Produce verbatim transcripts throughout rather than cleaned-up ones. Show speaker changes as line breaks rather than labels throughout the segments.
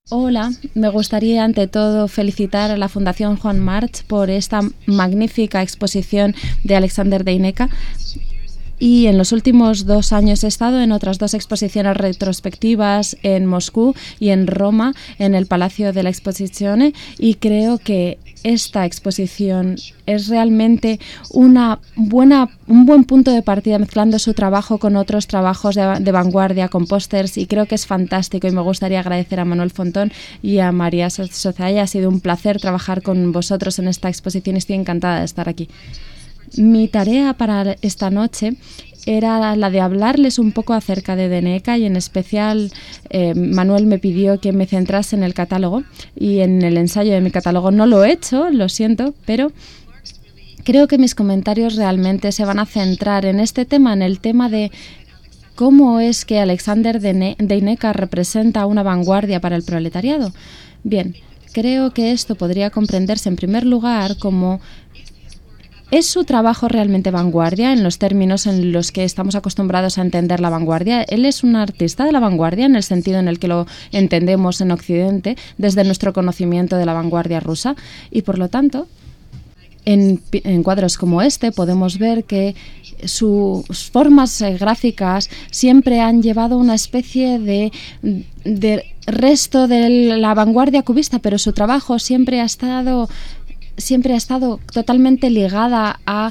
Hola, me gustaría ante todo felicitar a la Fundación Juan March por esta magnífica exposición de Alexander Deineka. Y en los últimos dos años he estado en otras dos exposiciones retrospectivas en Moscú y en Roma, en el Palacio de la Exposizione, y creo que esta exposición es realmente una buena, un buen punto de partida, mezclando su trabajo con otros trabajos de, de vanguardia, con pósters, y creo que es fantástico. Y me gustaría agradecer a Manuel Fontón y a María Sozaya. Ha sido un placer trabajar con vosotros en esta exposición y estoy encantada de estar aquí. Mi tarea para esta noche era la de hablarles un poco acerca de Deineka y en especial eh, Manuel me pidió que me centrase en el catálogo y en el ensayo de mi catálogo. No lo he hecho, lo siento, pero creo que mis comentarios realmente se van a centrar en este tema, en el tema de cómo es que Alexander Deineka representa una vanguardia para el proletariado. Bien, creo que esto podría comprenderse en primer lugar como: ¿es su trabajo realmente vanguardia en los términos en los que estamos acostumbrados a entender la vanguardia? Él es un artista de la vanguardia en el sentido en el que lo entendemos en Occidente desde nuestro conocimiento de la vanguardia rusa, y por lo tanto en, en cuadros como este podemos ver que sus formas eh, gráficas siempre han llevado una especie de, de resto de la vanguardia cubista, pero su trabajo siempre ha estado siempre ha estado totalmente ligada a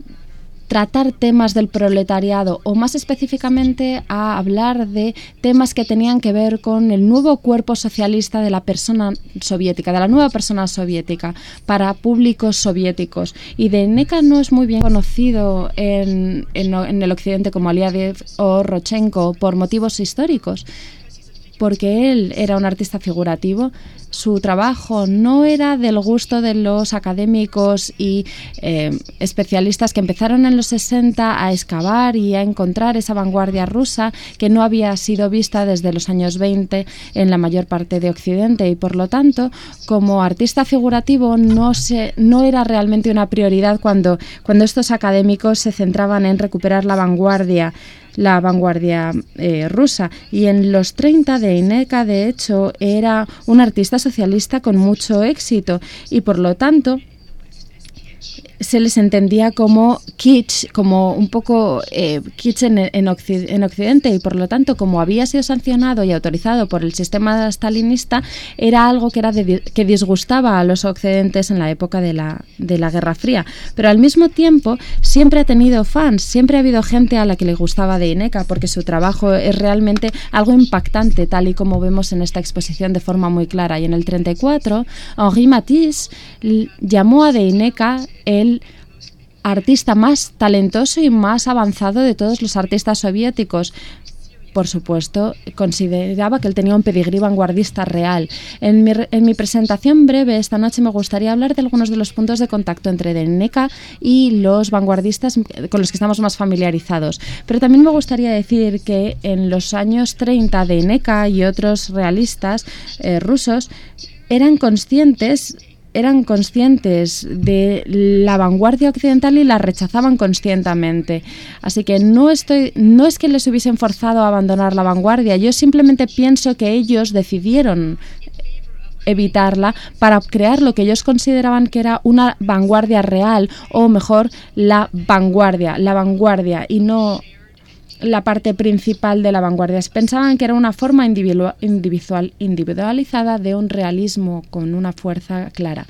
tratar temas del proletariado, o más específicamente a hablar de temas que tenían que ver con el nuevo cuerpo socialista de la persona soviética, de la nueva persona soviética, para públicos soviéticos. Y Deineka no es muy bien conocido en, en, en el occidente como Aliaev o Rodchenko por motivos históricos, porque él era un artista figurativo. Su trabajo no era del gusto de los académicos y eh, especialistas que empezaron en los sesenta a excavar y a encontrar esa vanguardia rusa que no había sido vista desde los años veinte en la mayor parte de Occidente, y por lo tanto, como artista figurativo no, se, no era realmente una prioridad cuando, cuando estos académicos se centraban en recuperar la vanguardia la vanguardia eh, rusa. Y en los treinta Deineka, de hecho, era un artista socialista con mucho éxito y por lo tanto se les entendía como kitsch, como un poco eh, kitsch en, en, Occidente, en Occidente, y por lo tanto, como había sido sancionado y autorizado por el sistema stalinista, era algo que, era de, que disgustaba a los occidentes en la época de la, de la Guerra Fría. Pero al mismo tiempo siempre ha tenido fans, siempre ha habido gente a la que le gustaba Deineka, porque su trabajo es realmente algo impactante, tal y como vemos en esta exposición de forma muy clara. Y en el treinta y cuatro, Henri Matisse llamó a Deineka el artista más talentoso y más avanzado de todos los artistas soviéticos. Por supuesto, consideraba que él tenía un pedigrí vanguardista real. En mi, en mi presentación breve esta noche me gustaría hablar de algunos de los puntos de contacto entre Deineka y los vanguardistas con los que estamos más familiarizados. Pero también me gustaría decir que en los años treinta Deineka y otros realistas eh, rusos eran conscientes eran conscientes de la vanguardia occidental y la rechazaban conscientemente. Así que no estoy, no es que les hubiesen forzado a abandonar la vanguardia, yo simplemente pienso que ellos decidieron evitarla para crear lo que ellos consideraban que era una vanguardia real, o mejor, la vanguardia, la vanguardia y no la parte principal de la vanguardia. Pensaban que era una forma individual, individual, individualizada de un realismo con una fuerza clara.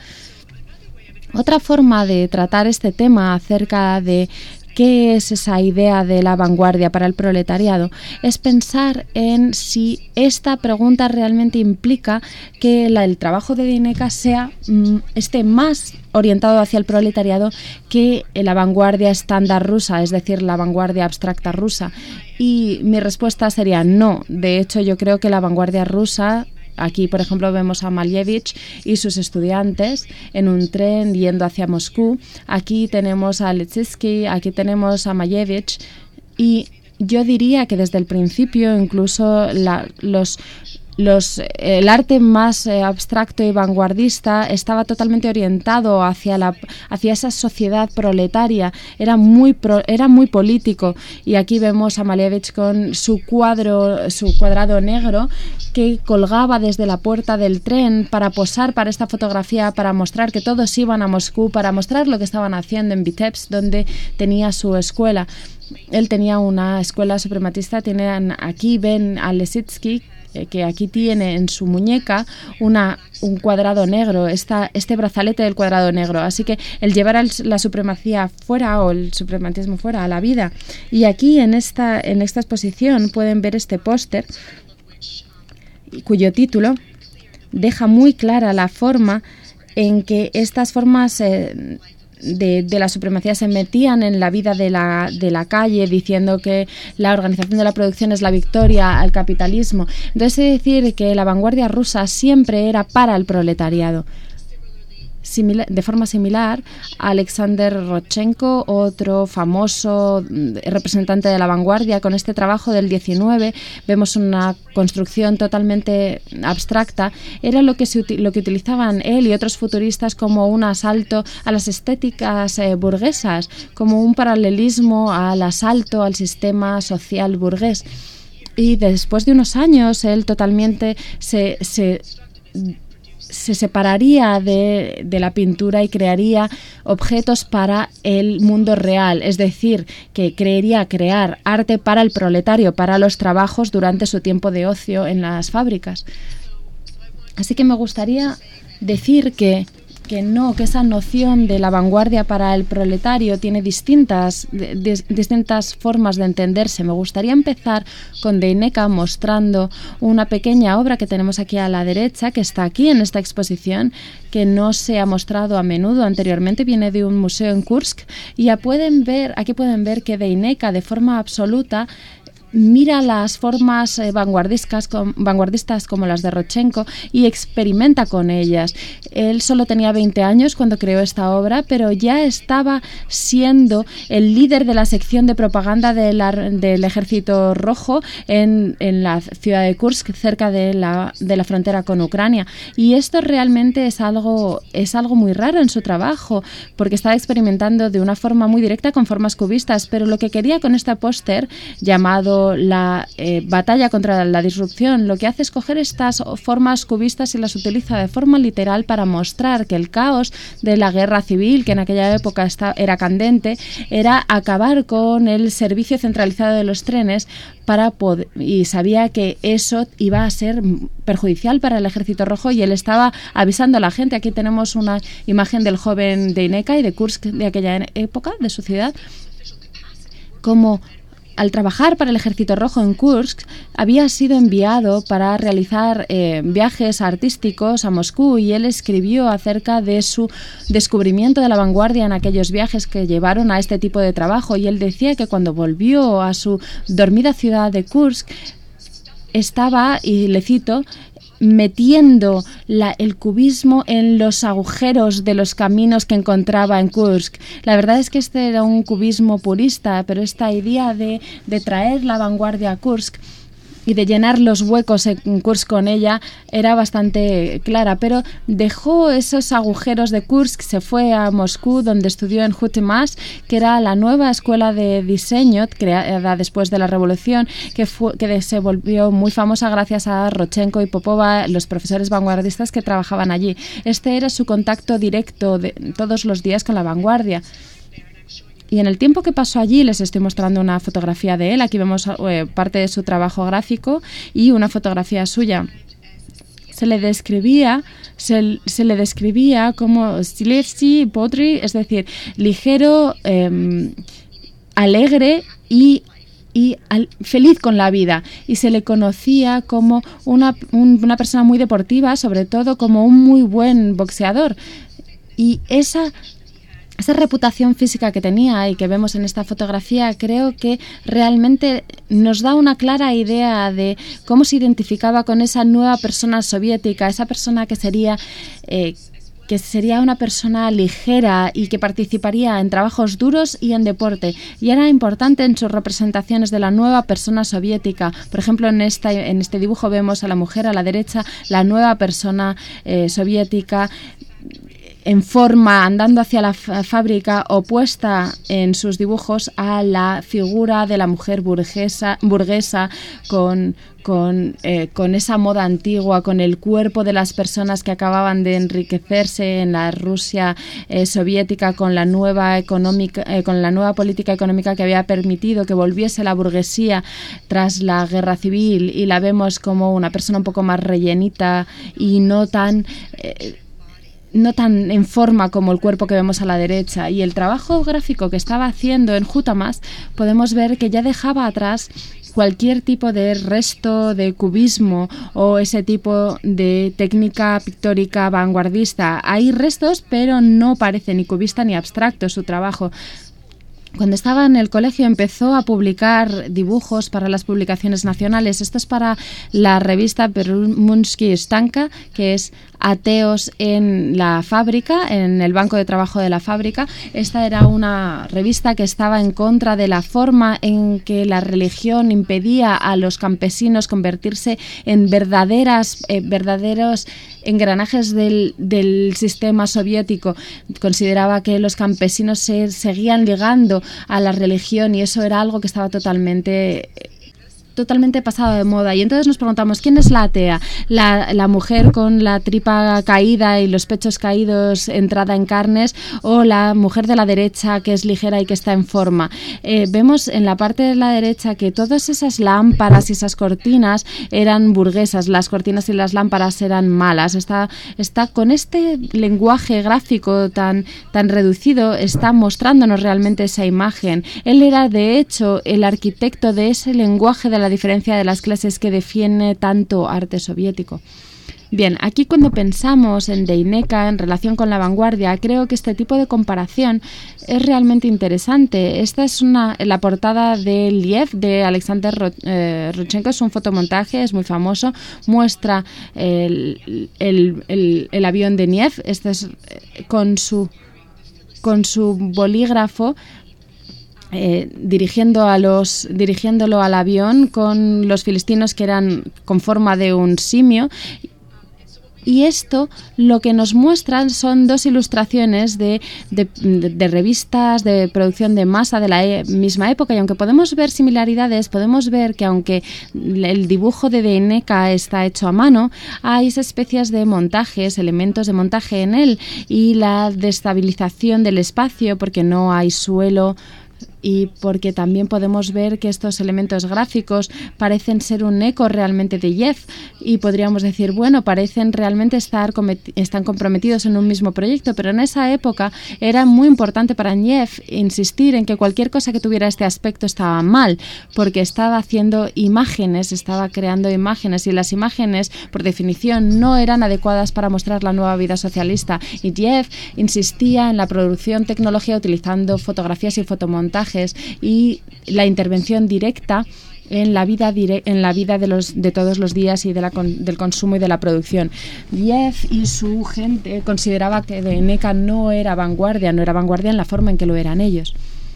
Otra forma de tratar este tema acerca de ¿qué es esa idea de la vanguardia para el proletariado? Es pensar en si esta pregunta realmente implica que la, el trabajo de Deineka sea, mm, esté más orientado hacia el proletariado que la vanguardia estándar rusa, es decir, la vanguardia abstracta rusa. Y mi respuesta sería no. De hecho, yo creo que la vanguardia rusa... Aquí, por ejemplo, vemos a Malevich y sus estudiantes en un tren yendo hacia Moscú. Aquí tenemos a Lissitzky, aquí tenemos a Malevich. Y yo diría que desde el principio incluso la, los Los, el arte más eh, abstracto y vanguardista estaba totalmente orientado hacia, la, hacia esa sociedad proletaria, era muy, pro, era muy político, y aquí vemos a Malevich con su cuadro, su cuadrado negro que colgaba desde la puerta del tren para posar para esta fotografía, para mostrar que todos iban a Moscú, para mostrar lo que estaban haciendo en Vitebsk, donde tenía su escuela. Él tenía una escuela suprematista. Tienen, aquí ven a Lesitsky, que aquí tiene en su muñeca una, un cuadrado negro, esta, este brazalete del cuadrado negro. Así que el llevar el, la supremacía fuera, o el suprematismo fuera, a la vida. Y aquí en esta, en esta exposición pueden ver este póster, cuyo título deja muy clara la forma en que estas formas eh, De, de la supremacía se metían en la vida de la, de la calle, diciendo que la organización de la producción es la victoria al capitalismo. Entonces, es decir, que la vanguardia rusa siempre era para el proletariado. Simila- de forma similar, Alexander Rodchenko, otro famoso representante de la vanguardia, con este trabajo del diecinueve, vemos una construcción totalmente abstracta. Era lo que, se uti- lo que utilizaban él y otros futuristas como un asalto a las estéticas eh, burguesas, como un paralelismo al asalto al sistema social burgués. Y después de unos años, él totalmente se... se se separaría de, de la pintura y crearía objetos para el mundo real, es decir, que creería crear arte para el proletario, para los trabajos durante su tiempo de ocio en las fábricas. Así que me gustaría decir que que no, que esa noción de la vanguardia para el proletario tiene distintas, de, de, distintas formas de entenderse. Me gustaría empezar con Deineka mostrando una pequeña obra que tenemos aquí a la derecha, que está aquí en esta exposición, que no se ha mostrado a menudo anteriormente, viene de un museo en Kursk, y ya pueden ver, aquí pueden ver que Deineka, de forma absoluta, mira las formas eh, vanguardistas, com, vanguardistas como las de Rodchenko y experimenta con ellas. Él solo tenía veinte años cuando creó esta obra, pero ya estaba siendo el líder de la sección de propaganda de la, del Ejército Rojo en, en la ciudad de Kursk, cerca de la, de la frontera con Ucrania. Y esto realmente es algo, es algo muy raro en su trabajo, porque estaba experimentando de una forma muy directa con formas cubistas, pero lo que quería con este póster llamado la eh, batalla contra la disrupción, lo que hace es coger estas formas cubistas y las utiliza de forma literal para mostrar que el caos de la guerra civil, que en aquella época está, era candente, era acabar con el servicio centralizado de los trenes para poder, y sabía que eso iba a ser perjudicial para el Ejército Rojo, y él estaba avisando a la gente. Aquí tenemos una imagen del joven Deineka y de Kursk de aquella época, de su ciudad, como al trabajar para el Ejército Rojo en Kursk, había sido enviado para realizar eh, viajes artísticos a Moscú, y él escribió acerca de su descubrimiento de la vanguardia en aquellos viajes que llevaron a este tipo de trabajo. Y él decía que cuando volvió a su dormida ciudad de Kursk, estaba, y le cito, metiendo la, el cubismo en los agujeros de los caminos que encontraba en Kursk. La verdad es que este era un cubismo purista, pero esta idea de, de traer la vanguardia a Kursk y de llenar los huecos en Kursk con ella era bastante clara, pero dejó esos agujeros de Kursk, se fue a Moscú, donde estudió en Hutmas, que era la nueva escuela de diseño creada después de la revolución, que, fue, que se volvió muy famosa gracias a Rodchenko y Popova, los profesores vanguardistas que trabajaban allí. Este era su contacto directo de todos los días con la vanguardia. Y en el tiempo que pasó allí, les estoy mostrando una fotografía de él. Aquí vemos eh, parte de su trabajo gráfico y una fotografía suya. Se le describía, se, se le describía como stiletsky, bodry, es decir, ligero, eh, alegre y y al, feliz con la vida, y se le conocía como una, un, una persona muy deportiva, sobre todo como un muy buen boxeador. Y esa Esa reputación física que tenía y que vemos en esta fotografía, creo que realmente nos da una clara idea de cómo se identificaba con esa nueva persona soviética, esa persona que sería, eh, que sería una persona ligera y que participaría en trabajos duros y en deporte. Y era importante en sus representaciones de la nueva persona soviética. Por ejemplo, en, esta, en este dibujo vemos a la mujer a la derecha, la nueva persona eh, soviética, en forma, andando hacia la fábrica, opuesta en sus dibujos a la figura de la mujer burguesa, burguesa con, con, eh, con esa moda antigua, con el cuerpo de las personas que acababan de enriquecerse en la Rusia eh, soviética, con la nueva económica, eh, con la nueva política económica que había permitido que volviese la burguesía tras la guerra civil, y la vemos como una persona un poco más rellenita y no tan eh, no tan en forma como el cuerpo que vemos a la derecha. Y el trabajo gráfico que estaba haciendo en Jutamas, podemos ver que ya dejaba atrás cualquier tipo de resto de cubismo o ese tipo de técnica pictórica vanguardista. Hay restos, pero no parece ni cubista ni abstracto su trabajo. Cuando estaba en el colegio empezó a publicar dibujos para las publicaciones nacionales. Esto es para la revista Perumunsky Stanka, que es Ateos en la fábrica, en el banco de trabajo de la fábrica. Esta era una revista que estaba en contra de la forma en que la religión impedía a los campesinos convertirse en verdaderas, eh, verdaderos engranajes del, del sistema soviético. Consideraba que los campesinos se seguían ligando a la religión y eso era algo que estaba totalmente totalmente pasado de moda. Y entonces nos preguntamos, ¿quién es la atea? La, la mujer con la tripa caída y los pechos caídos, entrada en carnes, o la mujer de la derecha que es ligera y que está en forma. Eh, vemos en la parte de la derecha que todas esas lámparas y esas cortinas eran burguesas, las cortinas y las lámparas eran malas. Está, está con este lenguaje gráfico tan, tan reducido, está mostrándonos realmente esa imagen. Él era, de hecho, el arquitecto de ese lenguaje de la diferencia de las clases que define tanto arte soviético. Bien, aquí cuando pensamos en Deineka en relación con la vanguardia, creo que este tipo de comparación es realmente interesante. Esta es una la portada de Liev, de Alexander Rodchenko, es un fotomontaje, es muy famoso, muestra el, el, el, el avión de Niev, este es con su, con su bolígrafo, Eh, dirigiendo a los dirigiéndolo al avión con los filistinos que eran con forma de un simio. Y esto lo que nos muestran son dos ilustraciones de, de, de, de revistas de producción de masa de la e- misma época, y aunque podemos ver similaridades, podemos ver que aunque el dibujo de Deineka está hecho a mano, hay especies de montajes, elementos de montaje en él, y la destabilización del espacio porque no hay suelo, y porque también podemos ver que estos elementos gráficos parecen ser un eco realmente de Liev, y podríamos decir, bueno, parecen realmente estar están comprometidos en un mismo proyecto, pero en esa época era muy importante para Liev insistir en que cualquier cosa que tuviera este aspecto estaba mal, porque estaba haciendo imágenes, estaba creando imágenes, y las imágenes, por definición, no eran adecuadas para mostrar la nueva vida socialista, y Liev insistía en la producción tecnológica utilizando fotografías y fotomontajes y la intervención directa en la vida dire- en la vida de los de todos los días y de la con- del consumo y de la producción. Liev y su gente consideraba que Deineka no era vanguardia, no era vanguardia en la forma en que lo eran ellos.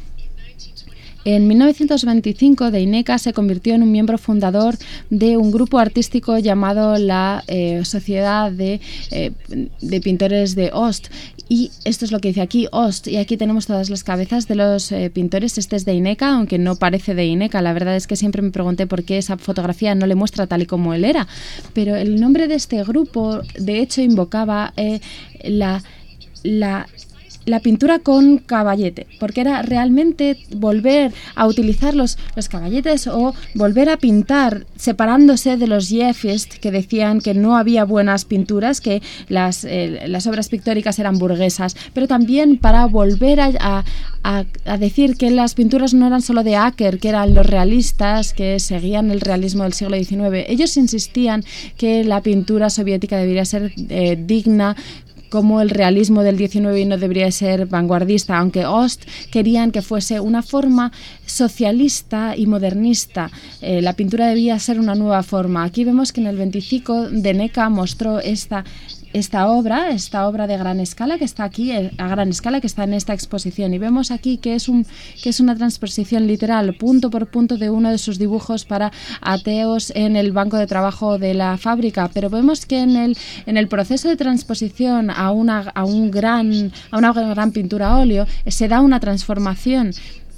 En mil novecientos veinticinco, Deineka se convirtió en un miembro fundador de un grupo artístico llamado la eh, Sociedad de, eh, de Pintores de Ost. Y esto es lo que dice aquí, Ost. Y aquí tenemos todas las cabezas de los eh, pintores. Este es Deineka, aunque no parece Deineka. La verdad es que siempre me pregunté por qué esa fotografía no le muestra tal y como él era. Pero el nombre de este grupo, de hecho, invocaba eh, la... la la pintura con caballete, porque era realmente volver a utilizar los, los caballetes o volver a pintar separándose de los Yefist, que decían que no había buenas pinturas, que las, eh, las obras pictóricas eran burguesas, pero también para volver a, a, a, a decir que las pinturas no eran solo de Acker, que eran los realistas, que seguían el realismo del siglo diecinueve. Ellos insistían que la pintura soviética debería ser eh, digna, como el realismo del diecinueve no debería ser vanguardista, aunque Ost querían que fuese una forma socialista y modernista. Eh, la pintura debía ser una nueva forma. Aquí vemos que en el veinticinco Deineka mostró esta esta obra, esta obra de gran escala que está aquí, a gran escala que está en esta exposición, y vemos aquí que es un que es una transposición literal, punto por punto, de uno de sus dibujos para ateos en el banco de trabajo de la fábrica, pero vemos que en el en el proceso de transposición a una a un gran a una gran pintura a óleo se da una transformación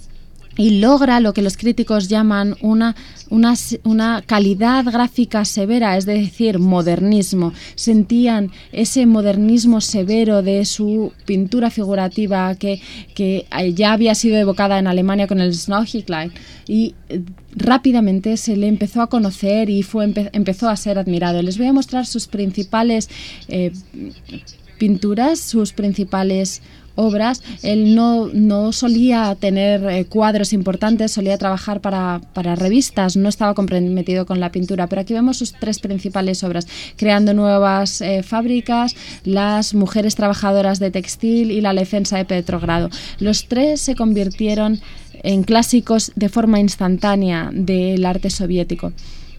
y logra lo que los críticos llaman una, una, una calidad gráfica severa, es decir, modernismo. Sentían ese modernismo severo de su pintura figurativa que, que ya había sido evocada en Alemania con el Snow-Klein, y rápidamente se le empezó a conocer y fue empe empezó a ser admirado. Les voy a mostrar sus principales eh, pinturas, sus principales obras. Él no, no solía tener eh, cuadros importantes, solía trabajar para, para revistas, no estaba comprometido con la pintura, pero aquí vemos sus tres principales obras: Creando nuevas eh, fábricas, Las mujeres trabajadoras de textil y La defensa de Petrogrado. Los tres se convirtieron en clásicos de forma instantánea del arte soviético.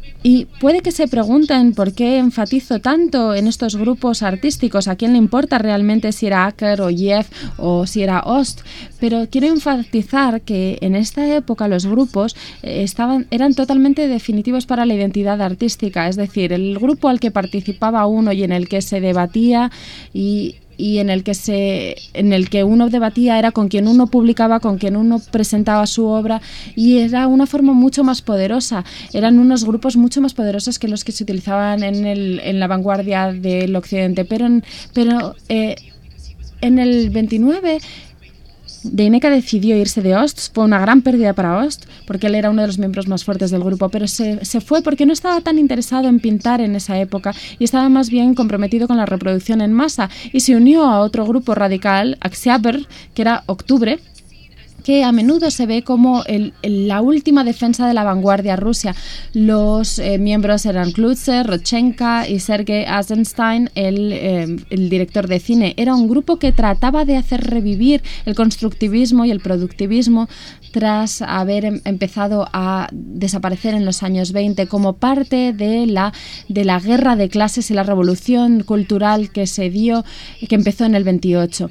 Y puede que se pregunten por qué enfatizo tanto en estos grupos artísticos, a quién le importa realmente si era Acker o Jeff o si era Ost, pero quiero enfatizar que en esta época los grupos eh, estaban, eran totalmente definitivos para la identidad artística, es decir, el grupo al que participaba uno y en el que se debatía y y en el que se en el que uno debatía era con quien uno publicaba, con quien uno presentaba su obra, y era una forma mucho más poderosa. Eran unos grupos mucho más poderosos que los que se utilizaban en el en la vanguardia del occidente, pero en, pero eh, en el veintinueve Deineka decidió irse de Ost. Fue una gran pérdida para Ost, porque él era uno de los miembros más fuertes del grupo, pero se, se fue porque no estaba tan interesado en pintar en esa época y estaba más bien comprometido con la reproducción en masa, y se unió a otro grupo radical, Aktyaber, que era Octubre, que a menudo se ve como el, el, la última defensa de la vanguardia rusa. Los eh, miembros eran Klutzer, Rodchenka y Sergei Eisenstein, el, eh, el director de cine. Era un grupo que trataba de hacer revivir el constructivismo y el productivismo tras haber em empezado a desaparecer en los años veinte como parte de la, de la guerra de clases y la revolución cultural que se dio, que empezó en el veintiocho.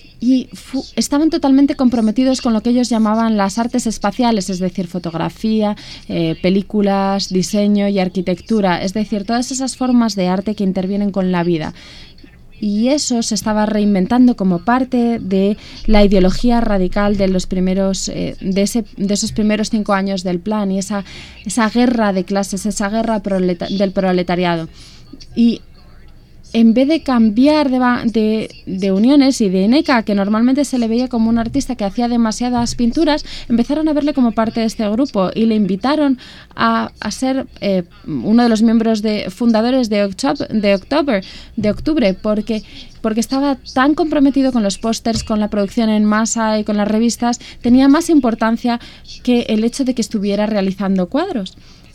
Y estaban totalmente comprometidos con lo que ellos llamaban las artes espaciales, es decir, fotografía, eh, películas, diseño y arquitectura, es decir, todas esas formas de arte que intervienen con la vida. Y eso se estaba reinventando como parte de la ideología radical de los primeros eh, de, ese, de esos primeros cinco años del plan, y esa, esa guerra de clases, esa guerra proleta del proletariado. Y en vez de cambiar de, de, de uniones, y Deineka, que normalmente se le veía como un artista que hacía demasiadas pinturas, empezaron a verle como parte de este grupo y le invitaron a, a ser eh, uno de los miembros de, fundadores de, October, de, October, de Octubre, porque, porque estaba tan comprometido con los pósters, con la producción en masa y con las revistas, tenía más importancia que el hecho de que estuviera realizando cuadros.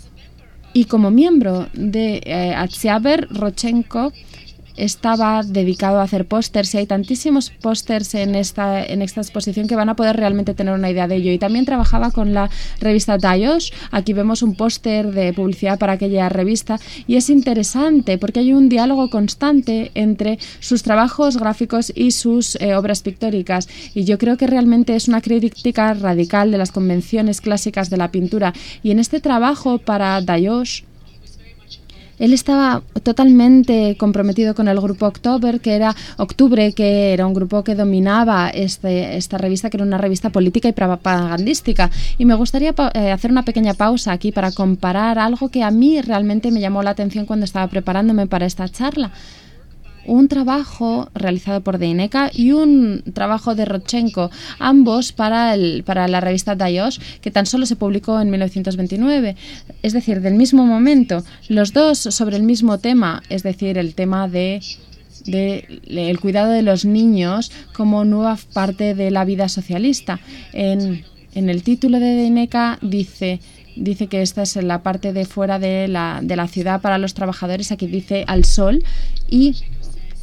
Y como miembro de eh, Aktyaber, Rodchenko estaba dedicado a hacer pósters, y hay tantísimos pósters en esta, en esta exposición que van a poder realmente tener una idea de ello. Y también trabajaba con la revista Dayosh. Aquí vemos un póster de publicidad para aquella revista, y es interesante porque hay un diálogo constante entre sus trabajos gráficos y sus eh, obras pictóricas, y yo creo que realmente es una crítica radical de las convenciones clásicas de la pintura. Y en este trabajo para Dayosh, él estaba totalmente comprometido con el grupo October, que era Octubre, que era un grupo que dominaba este, esta revista, que era una revista política y propagandística. Y me gustaría eh, hacer una pequeña pausa aquí para comparar algo que a mí realmente me llamó la atención cuando estaba preparándome para esta charla. Un trabajo realizado por Deineka y un trabajo de Rodchenko, ambos para, el, para la revista Dayosh, que tan solo se publicó en mil novecientos veintinueve, es decir, del mismo momento, los dos sobre el mismo tema, es decir, el tema de, de, de el cuidado de los niños como nueva parte de la vida socialista. En, en el título de Deineka dice... Dice que esta es la parte de fuera de la, de la ciudad para los trabajadores, aquí dice al sol, y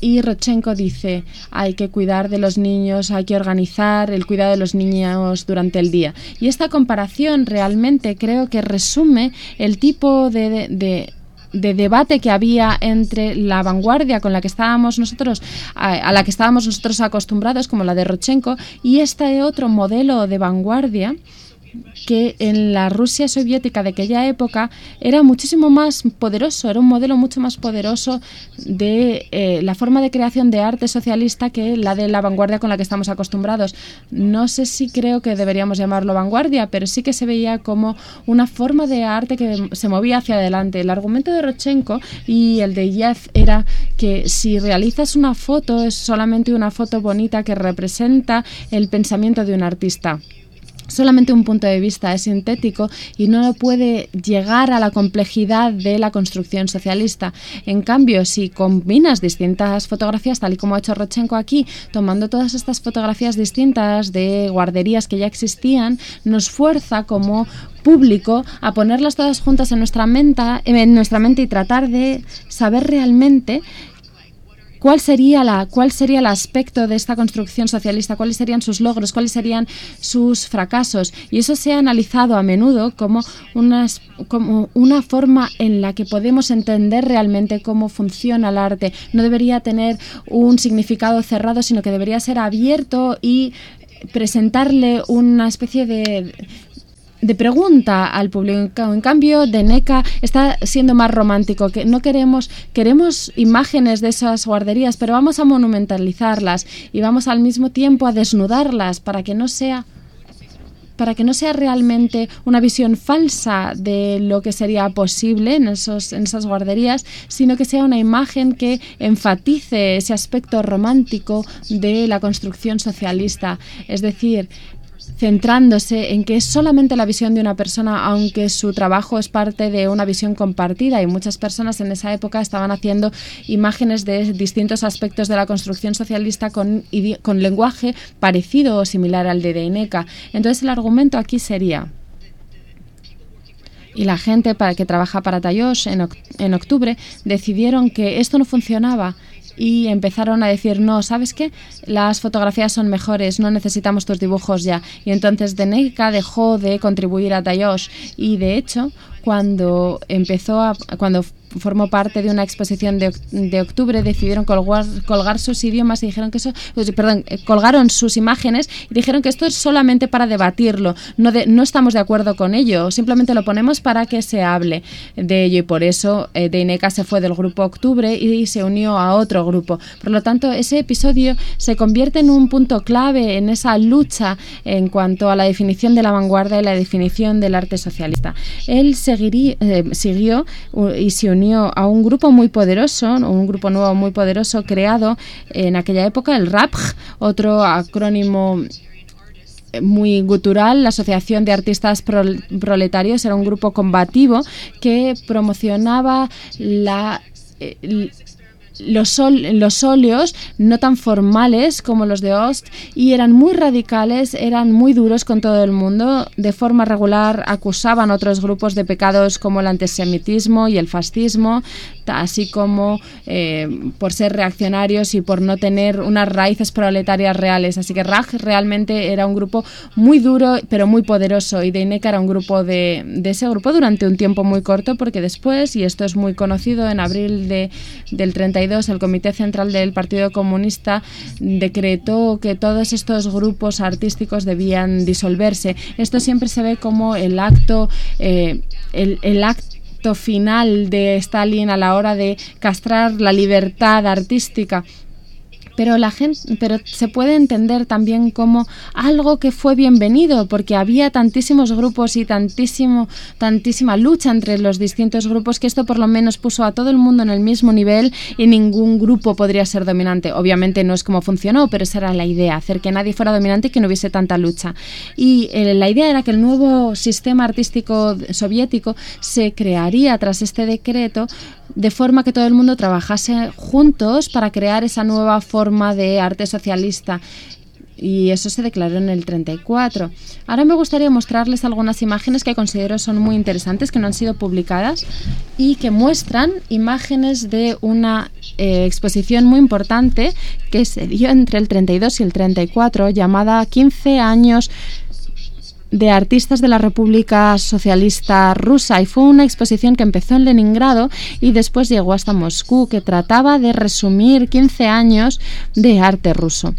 Y Rodchenko dice, hay que cuidar de los niños, hay que organizar el cuidado de los niños durante el día. Y esta comparación realmente creo que resume el tipo de, de, de de debate que había entre la vanguardia con la que estábamos nosotros, a, a la que estábamos nosotros acostumbrados, como la de Rodchenko, y este otro modelo de vanguardia que en la Rusia soviética de aquella época era muchísimo más poderoso, era un modelo mucho más poderoso de eh, la forma de creación de arte socialista que la de la vanguardia con la que estamos acostumbrados. No sé si creo que deberíamos llamarlo vanguardia, pero sí que se veía como una forma de arte que se movía hacia adelante. El argumento de Rodchenko y el de Yev era que si realizas una foto es solamente una foto bonita que representa el pensamiento de un artista. Solamente un punto de vista es sintético y no puede llegar a la complejidad de la construcción socialista. En cambio, si combinas distintas fotografías, tal y como ha hecho Rodchenko aquí, tomando todas estas fotografías distintas de guarderías que ya existían, nos fuerza como público a ponerlas todas juntas en nuestra mente, en nuestra mente y tratar de saber realmente ¿Cuál sería, la, ¿Cuál sería el aspecto de esta construcción socialista? ¿Cuáles serían sus logros? ¿Cuáles serían sus fracasos? Y eso se ha analizado a menudo como, unas, como una forma en la que podemos entender realmente cómo funciona el arte. No debería tener un significado cerrado, sino que debería ser abierto y presentarle una especie de... de pregunta al público. En cambio, Deineka está siendo más romántico, que no queremos queremos imágenes de esas guarderías, pero vamos a monumentalizarlas y vamos al mismo tiempo a desnudarlas para que no sea para que no sea realmente una visión falsa de lo que sería posible en esos en esas guarderías, sino que sea una imagen que enfatice ese aspecto romántico de la construcción socialista, es decir, centrándose en que es solamente la visión de una persona, aunque su trabajo es parte de una visión compartida, y muchas personas en esa época estaban haciendo imágenes de distintos aspectos de la construcción socialista con, con lenguaje parecido o similar al de Deineka. Entonces el argumento aquí sería: y la gente para que trabaja para Tayosh en, en octubre decidieron que esto no funcionaba y empezaron a decir, no, ¿sabes qué? Las fotografías son mejores, no necesitamos tus dibujos ya. Y entonces Deineka dejó de contribuir a Tayosh y, de hecho, cuando empezó a, cuando formó parte de una exposición de, de octubre, decidieron colgar, colgar sus idiomas y dijeron que eso, perdón, colgaron sus imágenes y dijeron que esto es solamente para debatirlo, no, de, no estamos de acuerdo con ello, simplemente lo ponemos para que se hable de ello, y por eso eh, Deineka se fue del grupo Octubre y se unió a otro grupo. Por lo tanto, ese episodio se convierte en un punto clave en esa lucha en cuanto a la definición de la vanguardia y la definición del arte socialista. Él seguiría, eh, siguió y se unió a un grupo muy poderoso, un grupo nuevo muy poderoso creado en aquella época, el R A P G, otro acrónimo muy gutural, la Asociación de Artistas Proletarios. Era un grupo combativo que promocionaba la... Eh, Los, sol, los óleos no tan formales como los de Ost, y eran muy radicales, eran muy duros con todo el mundo. De forma regular acusaban a otros grupos de pecados como el antisemitismo y el fascismo, así como eh, por ser reaccionarios y por no tener unas raíces proletarias reales. Así que R A G realmente era un grupo muy duro pero muy poderoso, y Deineka era un grupo de, de ese grupo durante un tiempo muy corto, porque después, y esto es muy conocido, en abril de, del treinta y dos el Comité Central del Partido Comunista decretó que todos estos grupos artísticos debían disolverse. Esto siempre se ve como el acto eh, el, el acto final de Stalin a la hora de castrar la libertad artística. Pero la gente, pero se puede entender también como algo que fue bienvenido, porque había tantísimos grupos y tantísimo, tantísima lucha entre los distintos grupos, que esto por lo menos puso a todo el mundo en el mismo nivel y ningún grupo podría ser dominante. Obviamente no es como funcionó, pero esa era la idea, hacer que nadie fuera dominante y que no hubiese tanta lucha. Y eh, la idea era que el nuevo sistema artístico soviético se crearía tras este decreto, de forma que todo el mundo trabajase juntos para crear esa nueva forma de arte socialista. y eso se declaró en el treinta y cuatro. Ahora me gustaría mostrarles algunas imágenes que considero son muy interesantes, que no han sido publicadas y que muestran imágenes de una eh, exposición muy importante que se dio entre el treinta y dos y el treinta y cuatro, llamada quince años de artistas de la República Socialista Rusa, y fue una exposición que empezó en Leningrado y después llegó hasta Moscú, que trataba de resumir quince años de arte ruso.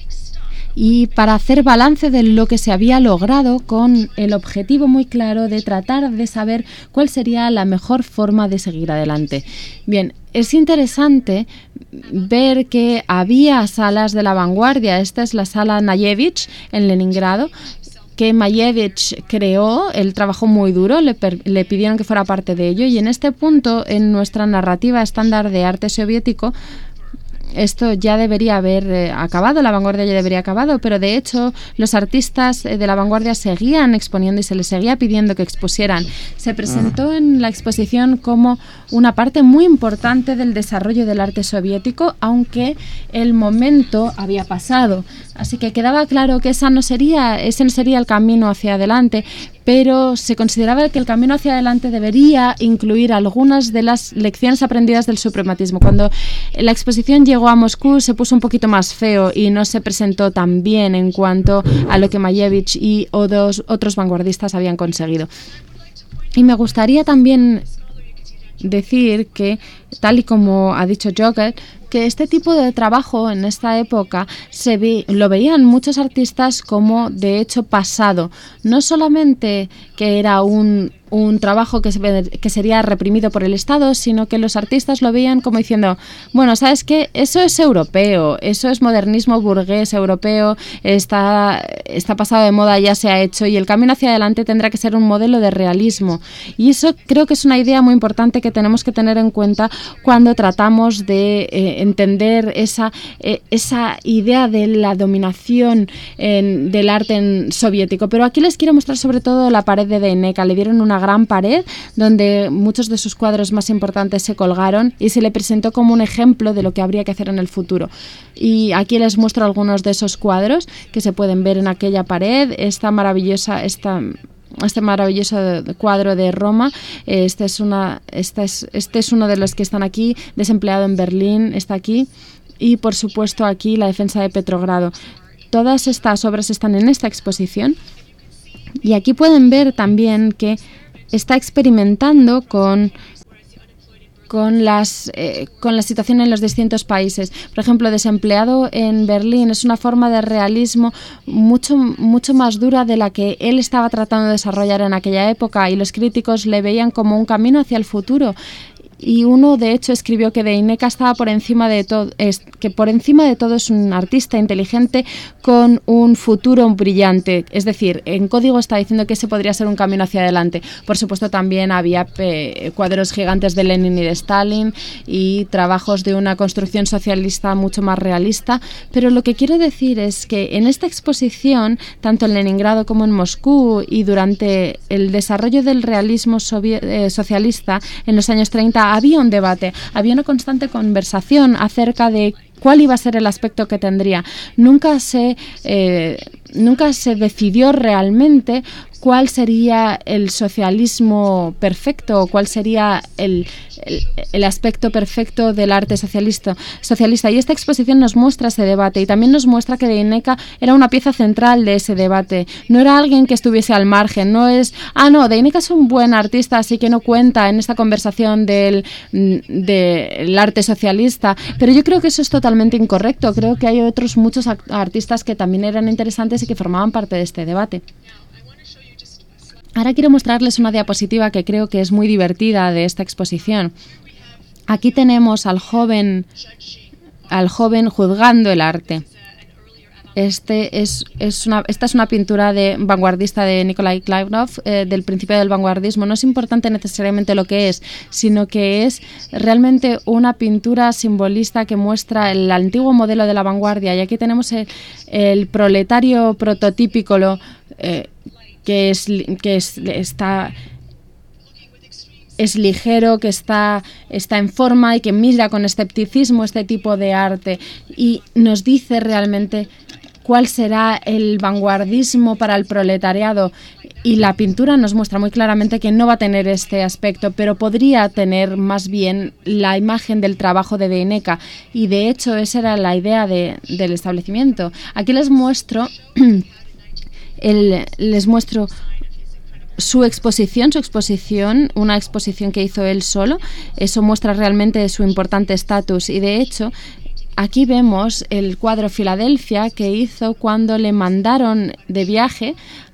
Y para hacer balance de lo que se había logrado, con el objetivo muy claro de tratar de saber cuál sería la mejor forma de seguir adelante. Bien, es interesante ver que había salas de la vanguardia. Esta es la sala Nayevich en Leningrado, que Mayevich creó. Él trabajó muy duro, le, per, le pidieron que fuera parte de ello, y en este punto, en nuestra narrativa estándar de arte soviético, esto ya debería haber eh, acabado, la vanguardia ya debería haber acabado, pero de hecho los artistas eh, de la vanguardia seguían exponiendo y se les seguía pidiendo que expusieran. Se presentó en la exposición como una parte muy importante del desarrollo del arte soviético, aunque el momento había pasado. Así que quedaba claro que esa no sería, ese no sería el camino hacia adelante, pero se consideraba que el camino hacia adelante debería incluir algunas de las lecciones aprendidas del suprematismo. Cuando la exposición llegó a Moscú se puso un poquito más feo y no se presentó tan bien en cuanto a lo que Mayevich y otros, otros vanguardistas habían conseguido. Y me gustaría también decir que, tal y como ha dicho Joker, que este tipo de trabajo en esta época se ve, lo veían muchos artistas como de hecho pasado, no solamente que era un, un trabajo que, se, que sería reprimido por el Estado, sino que los artistas lo veían como diciendo, bueno, ¿sabes qué? Eso es europeo, eso es modernismo burgués europeo, está, está pasado de moda, ya se ha hecho, y el camino hacia adelante tendrá que ser un modelo de realismo. Y eso creo que es una idea muy importante que tenemos que tener en cuenta cuando tratamos de eh, entender esa, eh, esa idea de la dominación en, del arte en soviético. Pero aquí les quiero mostrar sobre todo la pared de Deineka. Le dieron una gran pared donde muchos de sus cuadros más importantes se colgaron y se le presentó como un ejemplo de lo que habría que hacer en el futuro. Y aquí les muestro algunos de esos cuadros que se pueden ver en aquella pared. Esta maravillosa... Esta, Este maravilloso cuadro de Roma, este es, una, este, es, este es uno de los que están aquí, desempleado en Berlín, está aquí, y por supuesto aquí la defensa de Petrogrado. Todas estas obras están en esta exposición, y aquí pueden ver también que está experimentando con... con las eh, con la situación en los distintos países. Por ejemplo, Desempleado en Berlín es una forma de realismo mucho mucho más dura de la que él estaba tratando de desarrollar en aquella época, y los críticos le veían como un camino hacia el futuro. Y uno, de hecho, escribió que Deineka estaba por encima de todo, es, que por encima de todo es un artista inteligente con un futuro brillante. Es decir, en código está diciendo que ese podría ser un camino hacia adelante. Por supuesto, también había eh, cuadros gigantes de Lenin y de Stalin y trabajos de una construcción socialista mucho más realista. Pero lo que quiero decir es que en esta exposición, tanto en Leningrado como en Moscú, y durante el desarrollo del realismo sovi- eh, socialista en los años treinta, había un debate, había una constante conversación acerca de cuál iba a ser el aspecto que tendría. Nunca se, eh, nunca se decidió realmente cuál sería el socialismo perfecto o cuál sería el, el, el aspecto perfecto del arte socialista, socialista. Y esta exposición nos muestra ese debate y también nos muestra que Deineka era una pieza central de ese debate. No era alguien que estuviese al margen, no es, ah, no, Deineka es un buen artista, así que no cuenta en esta conversación del, del arte socialista. Pero yo creo que eso es totalmente incorrecto. Creo que hay otros muchos artistas que también eran interesantes y que formaban parte de este debate. Ahora quiero mostrarles una diapositiva que creo que es muy divertida de esta exposición. Aquí tenemos al joven, al joven juzgando el arte. Este es, es una, esta es una pintura de vanguardista de Nikolai Klaivnov, eh, del principio del vanguardismo. No es importante necesariamente lo que es, sino que es realmente una pintura simbolista que muestra el antiguo modelo de la vanguardia. Y aquí tenemos el, el proletario prototípico, lo, eh, que es que es, está es ligero, que está está en forma y que mira con escepticismo este tipo de arte, y nos dice realmente cuál será el vanguardismo para el proletariado, y la pintura nos muestra muy claramente que no va a tener este aspecto, pero podría tener más bien la imagen del trabajo de Deineka, y de hecho esa era la idea de, del establecimiento. Aquí les muestro el, les muestro su exposición, su exposición, una exposición que hizo él solo. Eso muestra realmente su importante estatus, y de hecho aquí vemos el cuadro Filadelfia que hizo cuando le mandaron de viaje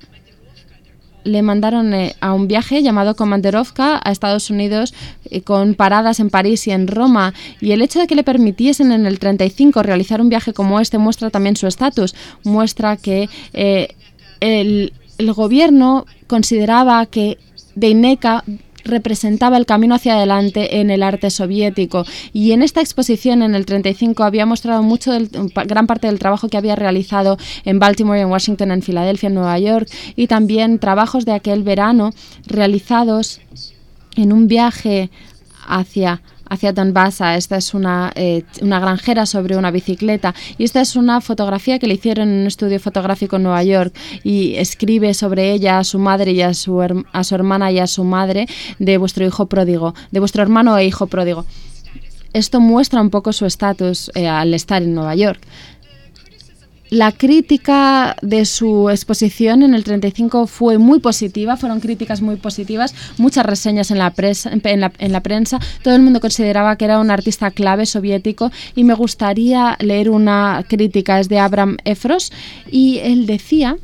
le mandaron eh, a un viaje llamado Komandirovka a Estados Unidos, eh, con paradas en París y en Roma, y el hecho de que le permitiesen en el treinta y cinco realizar un viaje como este muestra también su estatus, muestra que eh, el, el gobierno consideraba que Deineka representaba el camino hacia adelante en el arte soviético, y en esta exposición en el treinta y cinco había mostrado mucho del, gran parte del trabajo que había realizado en Baltimore, en Washington, en Filadelfia, en Nueva York, y también trabajos de aquel verano realizados en un viaje hacia hacia Donbasa. Esta es una, eh, una granjera sobre una bicicleta, y esta es una fotografía que le hicieron en un estudio fotográfico en Nueva York, y escribe sobre ella a su madre y a su, a su hermana y a su madre: de vuestro hijo pródigo, de vuestro hermano e hijo pródigo. Esto muestra un poco su estatus eh, al estar en Nueva York. La crítica de su exposición en el treinta y cinco fue muy positiva, fueron críticas muy positivas, muchas reseñas en la, prensa, en, la, en la prensa, todo el mundo consideraba que era un artista clave soviético, y me gustaría leer una crítica, es de Abraham Efros, y él decía,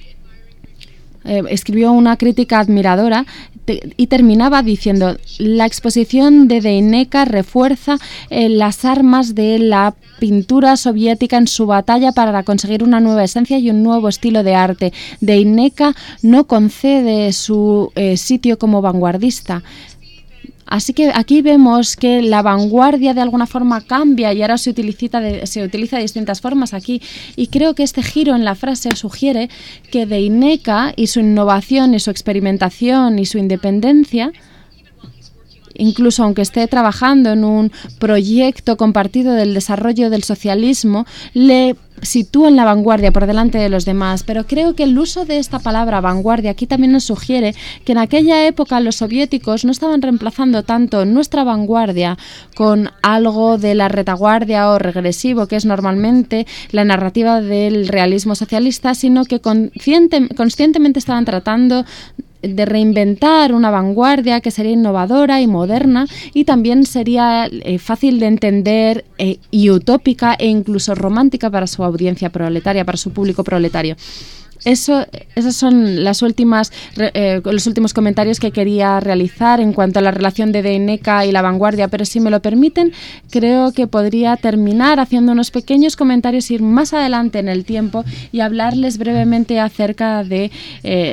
eh, escribió una crítica admiradora, y terminaba diciendo: la exposición de Deineka refuerza eh, las armas de la pintura soviética en su batalla para conseguir una nueva esencia y un nuevo estilo de arte. Deineka no concede su eh, sitio como vanguardista. Así que aquí vemos que la vanguardia de alguna forma cambia, y ahora se utiliza de, se utiliza de distintas formas aquí. Y creo que este giro en la frase sugiere que Deineka y su innovación y su experimentación y su independencia, incluso aunque esté trabajando en un proyecto compartido del desarrollo del socialismo, le sitúa en la vanguardia por delante de los demás. Pero creo que el uso de esta palabra vanguardia aquí también nos sugiere que en aquella época los soviéticos no estaban reemplazando tanto nuestra vanguardia con algo de la retaguardia o regresivo, que es normalmente la narrativa del realismo socialista, sino que consciente, conscientemente estaban tratando de reinventar una vanguardia que sería innovadora y moderna, y también sería eh, fácil de entender eh, y utópica e incluso romántica para su audiencia proletaria, para su público proletario. Eso, esos son las últimas, eh, los últimos comentarios que quería realizar en cuanto a la relación de Deineka y la vanguardia, pero si me lo permiten, creo que podría terminar haciendo unos pequeños comentarios, ir más adelante en el tiempo y hablarles brevemente acerca de Eh,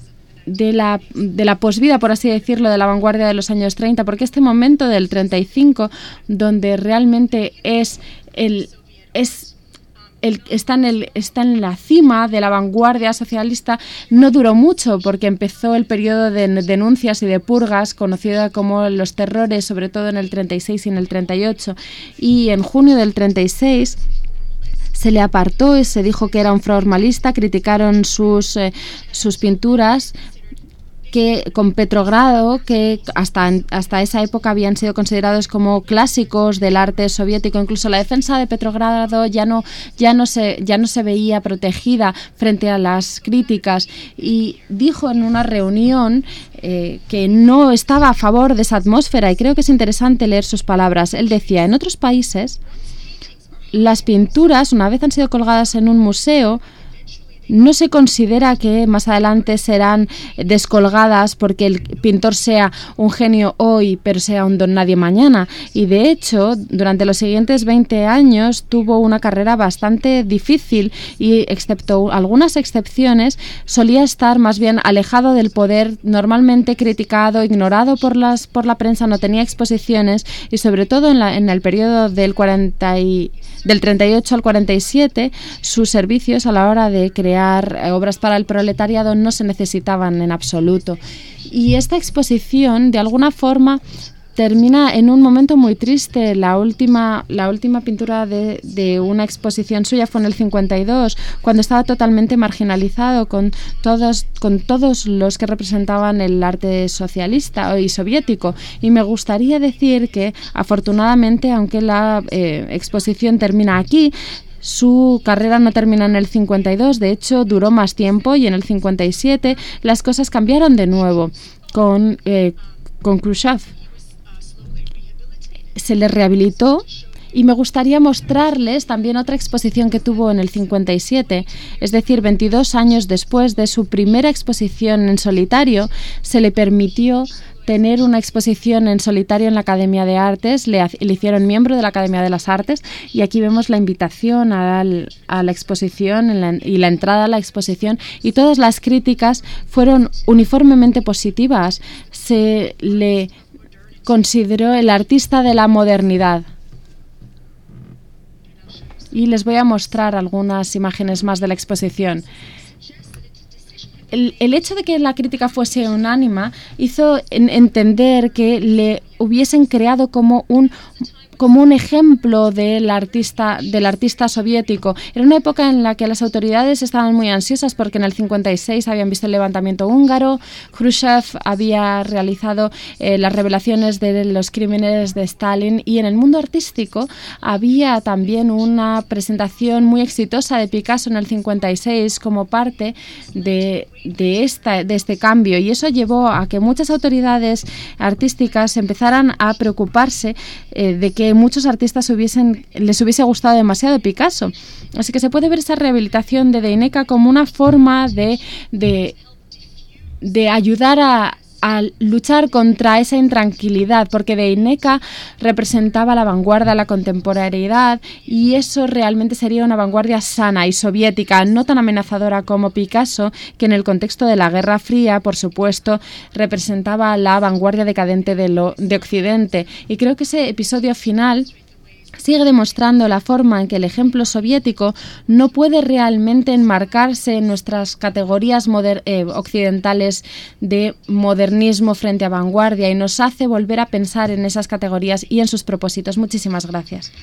de la, de la posvida, por así decirlo, de la vanguardia de los años treinta, porque este momento del treinta y cinco, donde realmente es el es el, está, en el, está en la cima de la vanguardia socialista, no duró mucho, porque empezó el periodo de denuncias y de purgas, conocido como los terrores, sobre todo en el treinta y seis y en el treinta y ocho, y en junio del treinta y seis se le apartó y se dijo que era un formalista, criticaron sus, eh, sus pinturas, que con Petrogrado, que hasta, hasta esa época habían sido considerados como clásicos del arte soviético. Incluso la defensa de Petrogrado ya no, ya no, se, ya no se veía protegida frente a las críticas, y dijo en una reunión eh, que no estaba a favor de esa atmósfera, y creo que es interesante leer sus palabras. Él decía: en otros países, las pinturas, una vez han sido colgadas en un museo, no se considera que más adelante serán descolgadas porque el pintor sea un genio hoy, pero sea un don nadie mañana. Y de hecho, durante los siguientes veinte años tuvo una carrera bastante difícil y, excepto algunas excepciones, solía estar más bien alejado del poder, normalmente criticado, ignorado por las por la prensa, no tenía exposiciones, y sobre todo en, la, en el periodo del cuarenta y, del treinta y ocho al cuarenta y siete, sus servicios a la hora de crear obras para el proletariado no se necesitaban en absoluto. Y esta exposición, de alguna forma, termina en un momento muy triste. La última, la última pintura de, de una exposición suya fue en el cincuenta y dos, cuando estaba totalmente marginalizado con todos, con todos los que representaban el arte socialista y soviético. Y me gustaría decir que, afortunadamente, aunque la eh, exposición termina aquí, su carrera no terminó en el cincuenta y dos, de hecho duró más tiempo, y en el cincuenta y siete las cosas cambiaron de nuevo con, eh, con Khrushchev. Se le rehabilitó, y me gustaría mostrarles también otra exposición que tuvo en el cincuenta y siete, es decir, veintidós años después de su primera exposición en solitario. Se le permitió tener una exposición en solitario en la Academia de Artes, le, le hicieron miembro de la Academia de las Artes, y aquí vemos la invitación al, a la exposición en la, y la entrada a la exposición, y todas las críticas fueron uniformemente positivas. Se le consideró el artista de la modernidad. Y les voy a mostrar algunas imágenes más de la exposición. El, el hecho de que la crítica fuese unánime hizo en, entender que le hubiesen creado como un como un ejemplo del artista del artista soviético. Era una época en la que las autoridades estaban muy ansiosas porque en el cincuenta y seis habían visto el levantamiento húngaro, Khrushchev había realizado eh, las revelaciones de los crímenes de Stalin, y en el mundo artístico había también una presentación muy exitosa de Picasso en el cincuenta y seis como parte de, de, esta, de este cambio, y eso llevó a que muchas autoridades artísticas empezaran a preocuparse eh, de que muchos artistas hubiesen, les hubiese gustado demasiado Picasso. Así que se puede ver esa rehabilitación de Deineka como una forma de, de, de ayudar a, a luchar contra esa intranquilidad, porque Deineka representaba la vanguardia, la contemporaneidad, y eso realmente sería una vanguardia sana y soviética, no tan amenazadora como Picasso, que en el contexto de la Guerra Fría, por supuesto, representaba la vanguardia decadente de, lo, de Occidente. Y creo que ese episodio final sigue demostrando la forma en que el ejemplo soviético no puede realmente enmarcarse en nuestras categorías moder- eh, occidentales de modernismo frente a vanguardia, y nos hace volver a pensar en esas categorías y en sus propósitos. Muchísimas gracias.